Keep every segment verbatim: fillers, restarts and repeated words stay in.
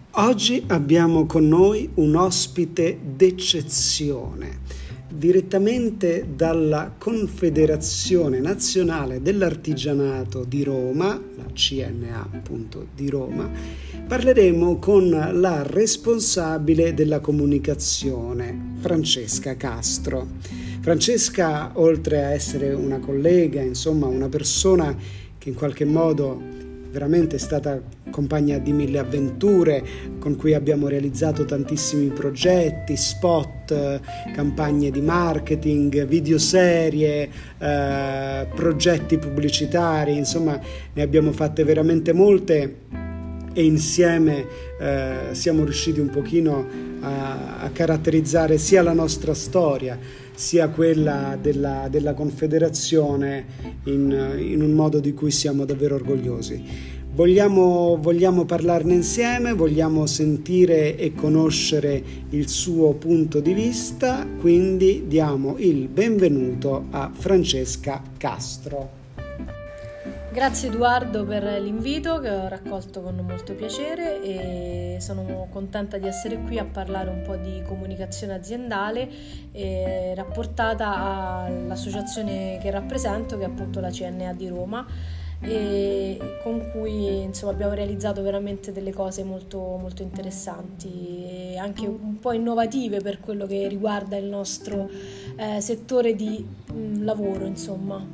Oggi abbiamo con noi un ospite d'eccezione, direttamente dalla Confederazione Nazionale dell'Artigianato di Roma, la C N A appunto di Roma. Parleremo con la responsabile della comunicazione, Francesca Castro. Francesca, oltre a essere una collega, insomma una persona che in qualche modo veramente è stata compagna di mille avventure, con cui abbiamo realizzato tantissimi progetti, spot, campagne di marketing, videoserie, eh, progetti pubblicitari, insomma ne abbiamo fatte veramente molte e insieme eh, siamo riusciti un pochino a, a caratterizzare sia la nostra storia sia quella della, della Confederazione in, in un modo di cui siamo davvero orgogliosi. Vogliamo, vogliamo parlarne insieme, vogliamo sentire e conoscere il suo punto di vista, quindi diamo il benvenuto a Francesca Castro. Grazie Edoardo per l'invito che ho raccolto con molto piacere e sono contenta di essere qui a parlare un po' di comunicazione aziendale eh, rapportata all'associazione che rappresento, che è appunto la C N A di Roma, e con cui insomma abbiamo realizzato veramente delle cose molto, molto interessanti e anche un po' innovative per quello che riguarda il nostro eh, settore di mh, lavoro, insomma.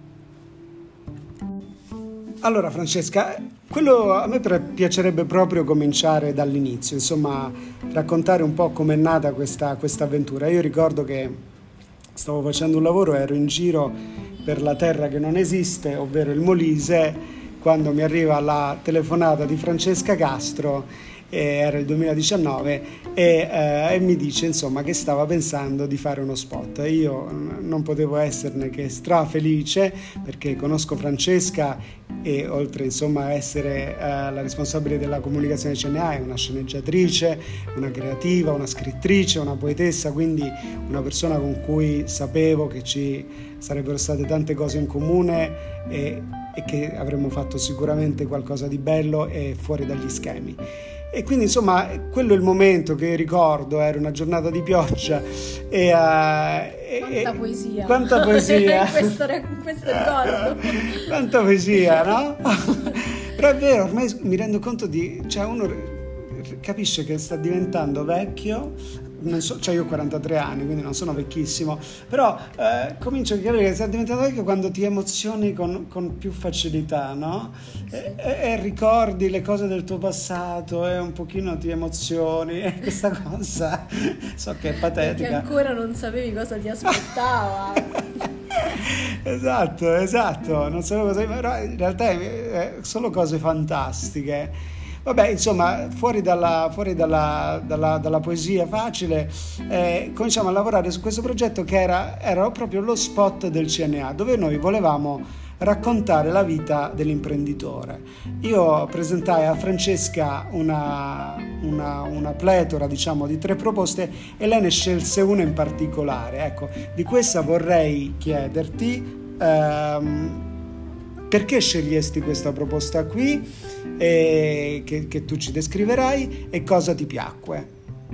Allora Francesca, quello a me piacerebbe proprio cominciare dall'inizio, insomma raccontare un po' com'è nata questa questa avventura. Io ricordo che stavo facendo un lavoro, ero in giro per la terra che non esiste, ovvero il Molise, quando mi arriva la telefonata di Francesca Castro, eh, era il duemiladiciannove, e, eh, e mi dice insomma che stava pensando di fare uno spot. Io non potevo esserne che strafelice, perché conosco Francesca e oltre insomma a essere eh, la responsabile della comunicazione C N A è una sceneggiatrice, una creativa, una scrittrice, una poetessa, quindi una persona con cui sapevo che ci sarebbero state tante cose in comune e, e che avremmo fatto sicuramente qualcosa di bello e fuori dagli schemi. E quindi insomma quello è il momento che ricordo, era una giornata di pioggia e, uh, quanta e, poesia quanta poesia questo, questo ricordo quanta poesia, no? Però è vero, ormai mi rendo conto di, cioè uno capisce che sta diventando vecchio, non so, cioè io ho quarantatré anni, quindi non sono vecchissimo, però eh, comincio a capire che sta diventando vecchio quando ti emozioni con, con più facilità, no? Sì. E, e, e ricordi le cose del tuo passato e un pochino ti emozioni e questa cosa so che è patetica. Perché ancora non sapevi cosa ti aspettava. Esatto, esatto, non sapevo cosa, però in realtà è, è solo cose fantastiche. Vabbè, insomma, fuori dalla, fuori dalla, dalla, dalla poesia facile, eh, cominciamo a lavorare su questo progetto che era, era proprio lo spot del C N A, dove noi volevamo raccontare la vita dell'imprenditore. Io presentai a Francesca una, una, una pletora, diciamo, di tre proposte e lei ne scelse una in particolare. Ecco, di questa vorrei chiederti ehm, perché scegliesti questa proposta qui, e che, che tu ci descriverai, e cosa ti piacque?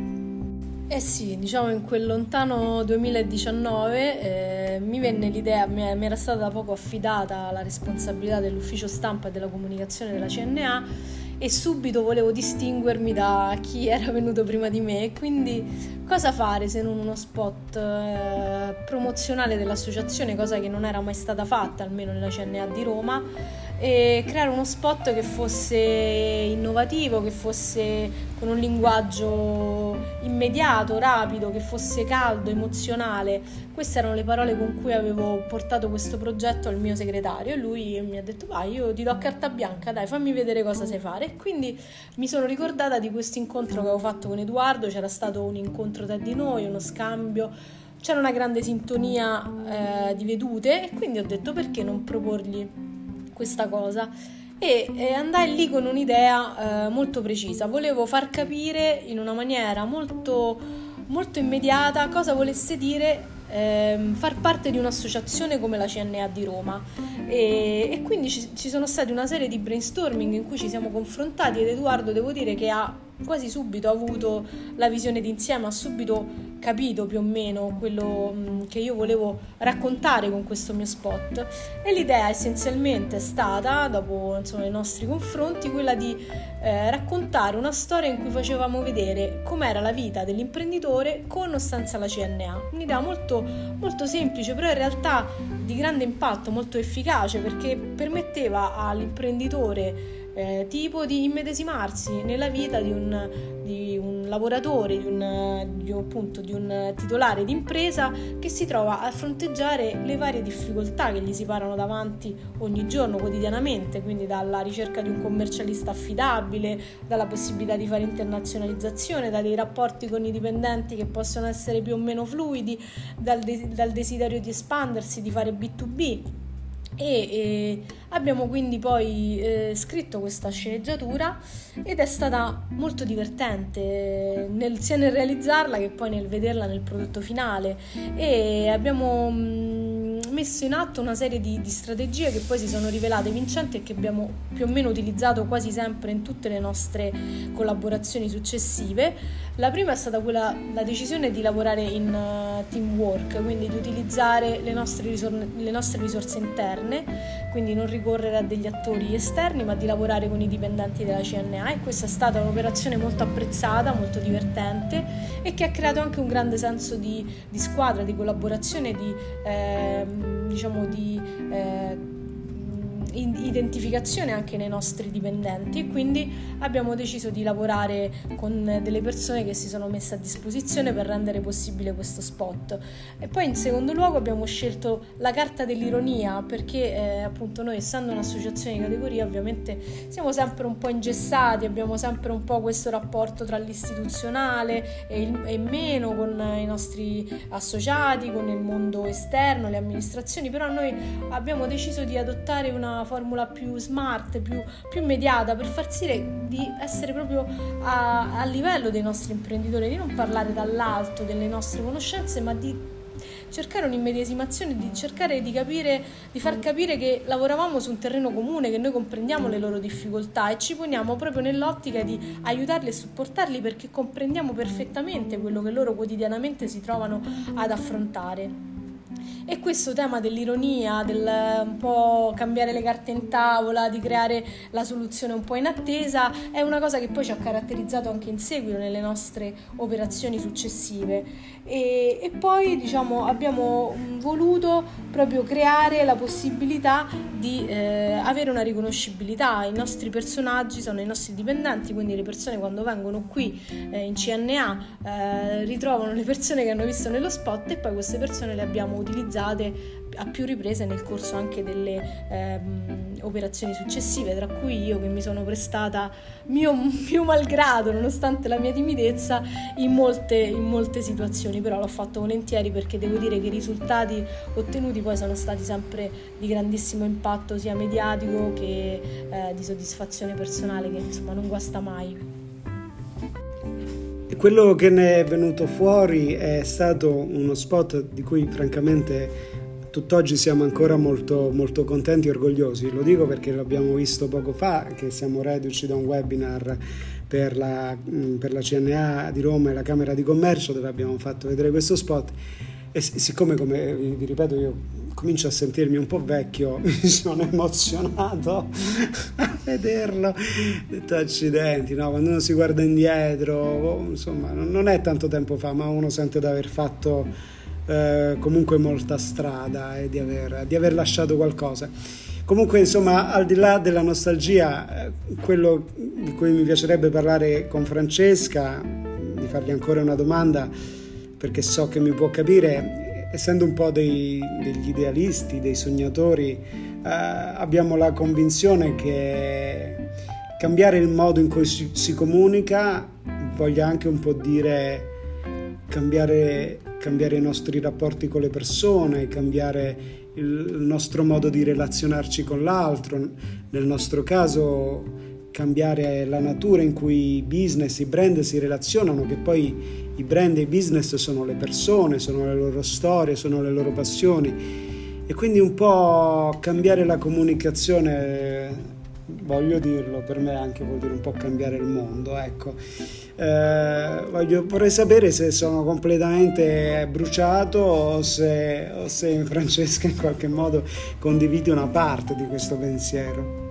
Eh sì, diciamo in quel lontano duemiladiciannove eh, mi venne l'idea, mi era stata da poco affidata la responsabilità dell'ufficio stampa e della comunicazione della C N A e subito volevo distinguermi da chi era venuto prima di me, quindi cosa fare se non uno spot eh, promozionale dell'associazione, cosa che non era mai stata fatta almeno nella C N A di Roma, e creare uno spot che fosse innovativo, che fosse con un linguaggio immediato, rapido, che fosse caldo, emozionale. Queste erano le parole con cui avevo portato questo progetto al mio segretario e lui mi ha detto vai, io ti do carta bianca, dai, fammi vedere cosa sai fare. E quindi mi sono ricordata di questo incontro che avevo fatto con Edoardo, c'era stato un incontro tra di noi, uno scambio, c'era una grande sintonia eh, di vedute e quindi ho detto perché non proporgli questa cosa e, e andai lì con un'idea eh, molto precisa. Volevo far capire in una maniera molto, molto immediata cosa volesse dire ehm, far parte di un'associazione come la C N A di Roma e, e quindi ci, ci sono stati una serie di brainstorming in cui ci siamo confrontati ed Edoardo devo dire che ha quasi subito ha avuto la visione d'insieme, ha subito capito più o meno quello mh, che io volevo raccontare con questo mio spot, e l'idea essenzialmente è stata, dopo insomma i nostri confronti, quella di eh, raccontare una storia in cui facevamo vedere com'era la vita dell'imprenditore con o senza la C N A. Un'idea molto, molto semplice, però in realtà di grande impatto, molto efficace, perché permetteva all'imprenditore Eh, tipo di immedesimarsi nella vita di un, di un lavoratore, di un, di, appunto, di un titolare di impresa che si trova a fronteggiare le varie difficoltà che gli si parano davanti ogni giorno, quotidianamente, quindi dalla ricerca di un commercialista affidabile, dalla possibilità di fare internazionalizzazione, da dei rapporti con i dipendenti che possono essere più o meno fluidi, dal, de- dal desiderio di espandersi, di fare B due B. E, e abbiamo quindi poi eh, scritto questa sceneggiatura, ed è stata molto divertente nel, sia nel realizzarla che poi nel vederla nel prodotto finale, e abbiamo mh, messo in atto una serie di, di strategie che poi si sono rivelate vincenti e che abbiamo più o meno utilizzato quasi sempre in tutte le nostre collaborazioni successive. La prima è stata quella, la decisione di lavorare in uh, teamwork, quindi di utilizzare le nostre, risor- le nostre risorse interne, quindi non ricorrere a degli attori esterni, ma di lavorare con i dipendenti della C N A, e questa è stata un'operazione molto apprezzata, molto divertente, e che ha creato anche un grande senso di, di squadra, di collaborazione, di eh, diciamo di eh, identificazione anche nei nostri dipendenti. E quindi abbiamo deciso di lavorare con delle persone che si sono messe a disposizione per rendere possibile questo spot. E poi in secondo luogo abbiamo scelto la carta dell'ironia, perché eh, appunto noi, essendo un'associazione di categoria, ovviamente siamo sempre un po' ingessati, abbiamo sempre un po' questo rapporto tra l'istituzionale e, il, e meno con i nostri associati, con il mondo esterno, le amministrazioni, però noi abbiamo deciso di adottare una formula più smart, più, più immediata, per far sì di essere proprio a, a livello dei nostri imprenditori, di non parlare dall'alto delle nostre conoscenze, ma di cercare un'immedesimazione, di cercare di capire, di far capire che lavoravamo su un terreno comune, che noi comprendiamo le loro difficoltà e ci poniamo proprio nell'ottica di aiutarli e supportarli, perché comprendiamo perfettamente quello che loro quotidianamente si trovano ad affrontare. E questo tema dell'ironia, del un po' cambiare le carte in tavola, di creare la soluzione un po' in attesa, è una cosa che poi ci ha caratterizzato anche in seguito nelle nostre operazioni successive. E, e poi diciamo abbiamo voluto proprio creare la possibilità di eh, avere una riconoscibilità. I nostri personaggi sono i nostri dipendenti, quindi le persone quando vengono qui eh, in C N A eh, ritrovano le persone che hanno visto nello spot, e poi queste persone le abbiamo utilizzate a più riprese nel corso anche delle ehm, operazioni successive, tra cui io, che mi sono prestata mio, mio malgrado, nonostante la mia timidezza, in molte, in molte situazioni, però l'ho fatto volentieri, perché devo dire che i risultati ottenuti poi sono stati sempre di grandissimo impatto, sia mediatico che eh, di soddisfazione personale, che insomma non guasta mai. E quello che ne è venuto fuori è stato uno spot di cui francamente tutt'oggi siamo ancora molto, molto contenti e orgogliosi. Lo dico perché l'abbiamo visto poco fa, che siamo reduci da un webinar per la, per la C N A di Roma e la Camera di Commercio, dove abbiamo fatto vedere questo spot. E siccome, come vi ripeto, io comincio a sentirmi un po' vecchio, mi sono emozionato a vederlo. Ho detto accidenti, no? Quando uno si guarda indietro, insomma, non è tanto tempo fa, ma uno sente di aver fatto eh, comunque molta strada e di aver, di aver lasciato qualcosa. Comunque, insomma, al di là della nostalgia, eh, quello di cui mi piacerebbe parlare con Francesca, di fargli ancora una domanda, perché so che mi può capire, essendo un po' dei, degli idealisti, dei sognatori, eh, abbiamo la convinzione che cambiare il modo in cui si, si comunica voglia anche un po' dire cambiare, cambiare i nostri rapporti con le persone, cambiare il nostro modo di relazionarci con l'altro, nel nostro caso cambiare la natura in cui i business, i brand si relazionano, che poi i brand e i business sono le persone, sono le loro storie, sono le loro passioni, e quindi un po' cambiare la comunicazione voglio dirlo, per me anche vuol dire un po' cambiare il mondo, ecco. Eh, voglio, vorrei sapere se sono completamente bruciato o se, o se Francesca in qualche modo condivide una parte di questo pensiero.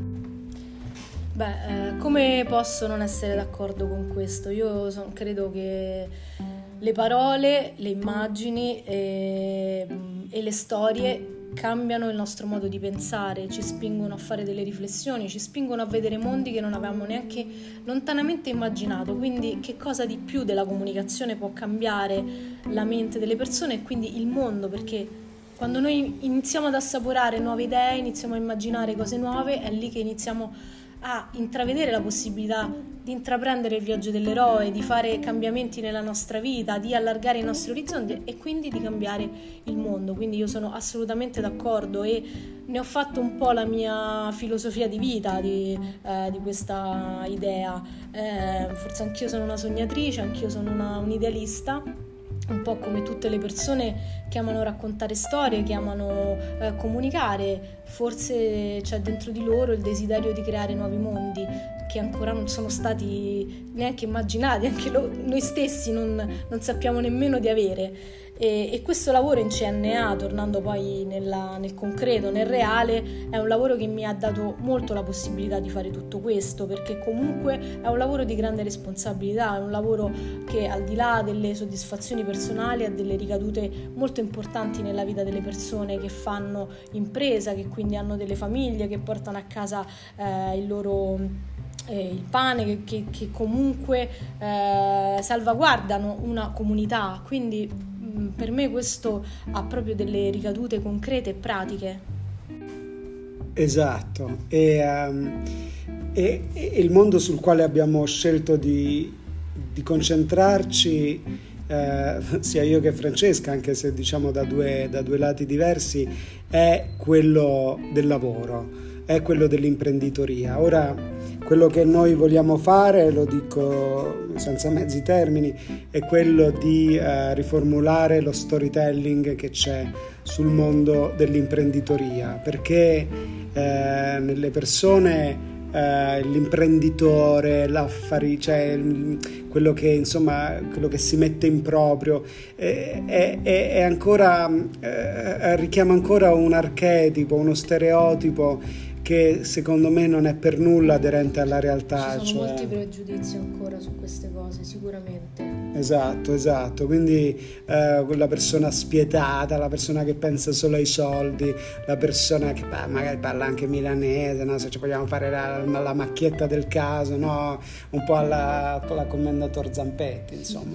Beh, eh, come posso non essere d'accordo con questo? Io son, credo che le parole, le immagini e, e le storie cambiano il nostro modo di pensare, ci spingono a fare delle riflessioni, ci spingono a vedere mondi che non avevamo neanche lontanamente immaginato. Quindi che cosa di più della comunicazione può cambiare la mente delle persone e quindi il mondo? Perché quando noi iniziamo ad assaporare nuove idee, iniziamo a immaginare cose nuove, è lì che iniziamo a intravedere la possibilità di intraprendere il viaggio dell'eroe, di fare cambiamenti nella nostra vita, di allargare i nostri orizzonti e quindi di cambiare il mondo. Quindi io sono assolutamente d'accordo e ne ho fatto un po' la mia filosofia di vita di, eh, di questa idea. Eh, forse anch'io sono una sognatrice, anch'io sono una, un idealista, un po' come tutte le persone che amano raccontare storie, che amano eh, comunicare. Forse c'è dentro di loro il desiderio di creare nuovi mondi che ancora non sono stati neanche immaginati, anche lo, noi stessi non, non sappiamo nemmeno di avere. E, e questo lavoro in C N A, tornando poi nella, nel concreto, nel reale, è un lavoro che mi ha dato molto la possibilità di fare tutto questo, perché comunque è un lavoro di grande responsabilità, è un lavoro che al di là delle soddisfazioni personali ha delle ricadute molto importanti nella vita delle persone che fanno impresa, che quindi hanno delle famiglie, che portano a casa eh, il loro... Eh, il pane, che, che, che comunque eh, salvaguardano una comunità. Quindi mh, per me questo ha proprio delle ricadute concrete e pratiche. Esatto, e, um, e, e il mondo sul quale abbiamo scelto di, di concentrarci, eh, sia io che Francesca, anche se diciamo da due, da due lati diversi, è quello del lavoro, è quello dell'imprenditoria. Ora, quello che noi vogliamo fare, lo dico senza mezzi termini, è quello di eh, riformulare lo storytelling che c'è sul mondo dell'imprenditoria, perché eh, nelle persone eh, l'imprenditore, l'affari, cioè quello che insomma quello che si mette in proprio è, è, è ancora eh, richiama ancora un archetipo, uno stereotipo che secondo me non è per nulla aderente alla realtà. Ci sono cioè... molti pregiudizi ancora su queste cose, sicuramente. Esatto, esatto, quindi eh, la persona spietata, la persona che pensa solo ai soldi, la persona che bah, magari parla anche milanese, no? Se ci vogliamo fare la, la macchietta del caso, no? Un po' alla, alla commendator Zampetti, insomma.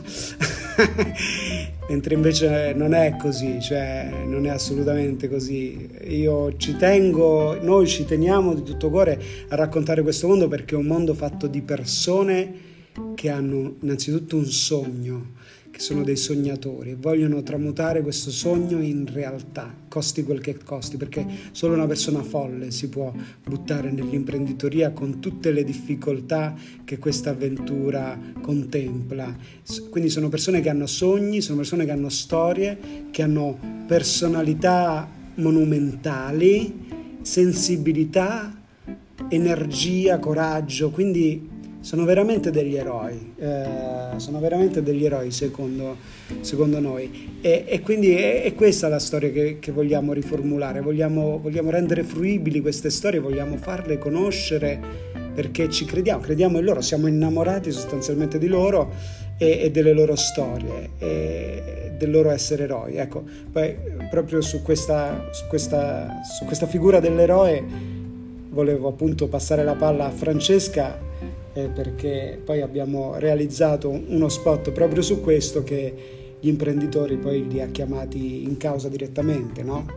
Mentre invece non è così, cioè non è assolutamente così. Io ci tengo, noi ci teniamo di tutto cuore a raccontare questo mondo, perché è un mondo fatto di persone che hanno innanzitutto un sogno, che sono dei sognatori e vogliono tramutare questo sogno in realtà, costi quel che costi, perché solo una persona folle si può buttare nell'imprenditoria con tutte le difficoltà che questa avventura contempla. Quindi sono persone che hanno sogni, sono persone che hanno storie, che hanno personalità monumentali, sensibilità, energia, coraggio, quindi sono veramente degli eroi, eh, sono veramente degli eroi secondo, secondo noi e, e quindi è, è questa la storia che, che vogliamo riformulare, vogliamo, vogliamo rendere fruibili queste storie, vogliamo farle conoscere perché ci crediamo, crediamo in loro, siamo innamorati sostanzialmente di loro e, e delle loro storie e del loro essere eroi. Ecco, poi proprio su questa, su questa, su questa figura dell'eroe volevo appunto passare la palla a Francesca, Eh, perché poi abbiamo realizzato uno spot proprio su questo che gli imprenditori poi li ha chiamati in causa direttamente, no?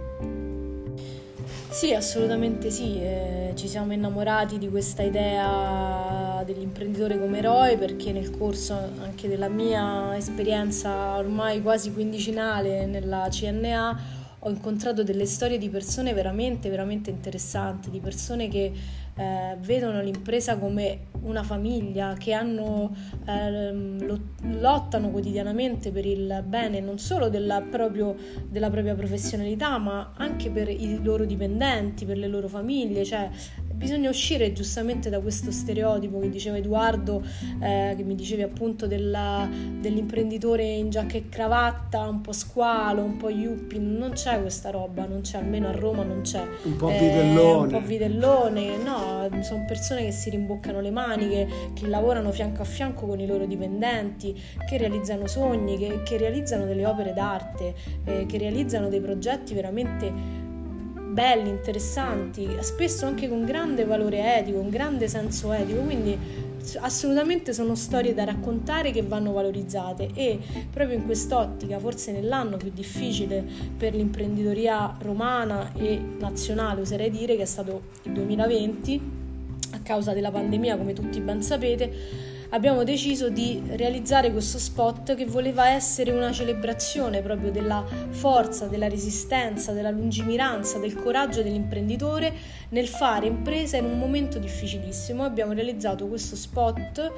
Sì, assolutamente sì, eh, ci siamo innamorati di questa idea dell'imprenditore come eroe, perché nel corso anche della mia esperienza ormai quasi quindicinale nella C N A ho incontrato delle storie di persone veramente, veramente interessanti, di persone che eh, vedono l'impresa come una famiglia, che hanno, eh, lottano quotidianamente per il bene non solo della, proprio, della propria professionalità, ma anche per i loro dipendenti, per le loro famiglie, cioè bisogna uscire giustamente da questo stereotipo che diceva Edoardo, eh, che mi dicevi appunto della, dell'imprenditore in giacca e cravatta, un po' squalo, un po' yuppie. Non c'è questa roba, non c'è, almeno a Roma non c'è. Un po' eh, vitellone. Un po' vitellone, no, sono persone che si rimboccano le maniche, che lavorano fianco a fianco con i loro dipendenti, che realizzano sogni, che, che realizzano delle opere d'arte, eh, che realizzano dei progetti veramente belli, interessanti, spesso anche con grande valore etico, un grande senso etico, quindi assolutamente sono storie da raccontare che vanno valorizzate. E proprio in quest'ottica, forse nell'anno più difficile per l'imprenditoria romana e nazionale, oserei dire, che è stato il duemilaventi, a causa della pandemia, come tutti ben sapete, abbiamo deciso di realizzare questo spot che voleva essere una celebrazione proprio della forza, della resistenza, della lungimiranza, del coraggio dell'imprenditore nel fare impresa in un momento difficilissimo. Abbiamo realizzato questo spot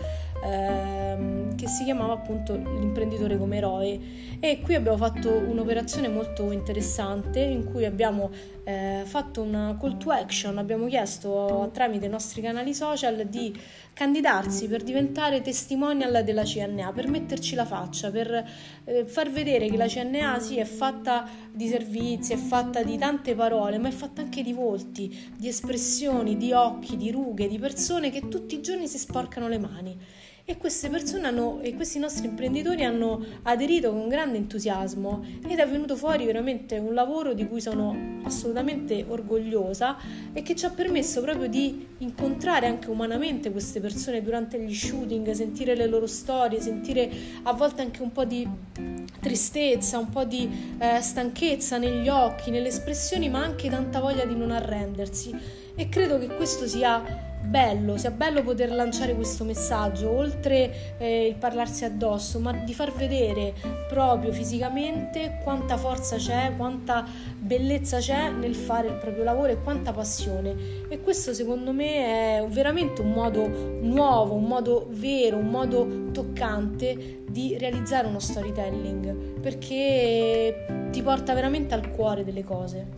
ehm, che si chiamava appunto L'imprenditore come eroe, e qui abbiamo fatto un'operazione molto interessante in cui abbiamo eh, fatto una call to action, abbiamo chiesto tramite i nostri canali social di candidarsi per diventare testimonial della C N A, per metterci la faccia, per eh, far vedere che la C N A sì è fatta di servizi, è fatta di tante parole, ma è fatta anche di volti, di espressioni, di occhi, di rughe, di persone che tutti i giorni si sporcano le mani. E queste persone hanno, e questi nostri imprenditori hanno aderito con grande entusiasmo, ed è venuto fuori veramente un lavoro di cui sono assolutamente orgogliosa e che ci ha permesso proprio di incontrare anche umanamente queste persone durante gli shooting, sentire le loro storie, sentire a volte anche un po' di tristezza, un po' di eh, stanchezza negli occhi, nelle espressioni, ma anche tanta voglia di non arrendersi. E credo che questo sia bello, sia bello poter lanciare questo messaggio, oltre eh, il parlarsi addosso, ma di far vedere proprio fisicamente quanta forza c'è, quanta bellezza c'è nel fare il proprio lavoro e quanta passione. E questo secondo me è veramente un modo nuovo, un modo vero, un modo toccante di realizzare uno storytelling, perché ti porta veramente al cuore delle cose.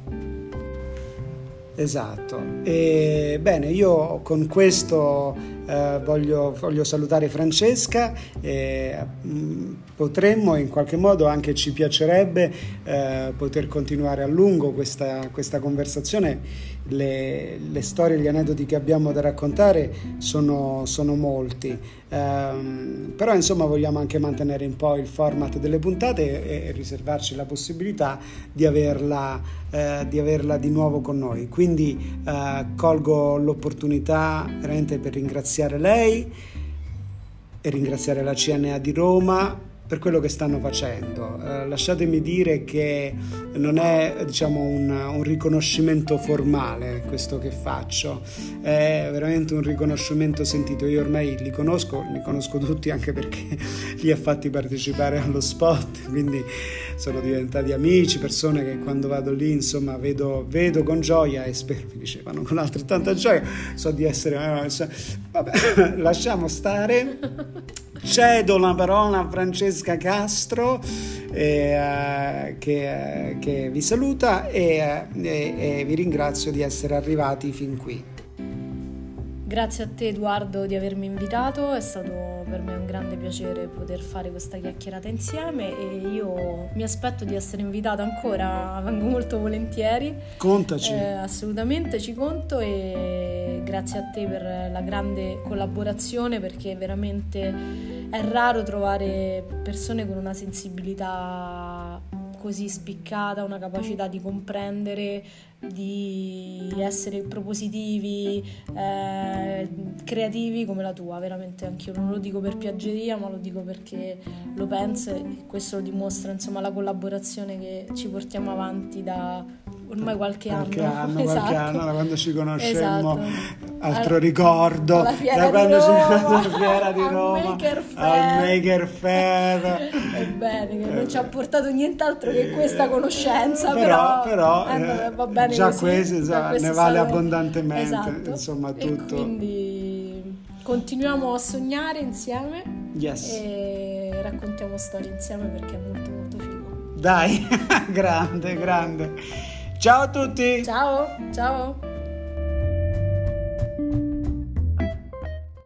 Esatto. E, bene, io con questo eh, voglio, voglio salutare Francesca. E, mh, potremmo, in qualche modo anche ci piacerebbe eh, poter continuare a lungo questa, questa conversazione. Le, le storie, gli aneddoti che abbiamo da raccontare sono, sono molti, um, però insomma vogliamo anche mantenere un po' il format delle puntate e, e riservarci la possibilità di averla, eh, di averla di nuovo con noi. Quindi eh, colgo l'opportunità veramente per ringraziare lei e ringraziare la C N A di Roma per quello che stanno facendo. Eh, lasciatemi dire che non è, diciamo, un, un riconoscimento formale questo che faccio, è veramente un riconoscimento sentito. Io ormai li conosco, li conosco tutti, anche perché li ha fatti partecipare allo spot, quindi sono diventati amici, persone che quando vado lì insomma vedo, vedo con gioia, e spero mi dicevano con altrettanta gioia. So di essere eh, vabbè, lasciamo stare. Cedo la parola a Francesca Castro eh, che, che vi saluta e, e, e vi ringrazio di essere arrivati fin qui. Grazie a te Edoardo di avermi invitato, è stato per me un grande piacere poter fare questa chiacchierata insieme e io mi aspetto di essere invitata ancora, vengo molto volentieri. Contaci. Eh, assolutamente ci conto, e grazie a te per la grande collaborazione, perché veramente è raro trovare persone con una sensibilità così spiccata, una capacità di comprendere, di essere propositivi, eh, creativi come la tua. Veramente anch'io non lo dico per piaggeria, ma lo dico perché lo penso, e questo lo dimostra insomma la collaborazione che ci portiamo avanti da ormai qualche, qualche anno, anno esatto. qualche anno, da quando ci conoscemmo. Esatto. Altro All- ricordo, alla fiera da quando di ci Roma, alla fiera di al Roma, Maker Fair. al Maker Fair. Ebbene, che non ci ha portato nient'altro che questa conoscenza, però, però, però eh, va bene già così, questo, già ne questo vale stato... abbondantemente, esatto. Insomma tutto. E quindi continuiamo a sognare insieme, yes. E raccontiamo storie insieme, perché è molto molto figo. Dai, grande, grande. Ciao a tutti. Ciao, ciao.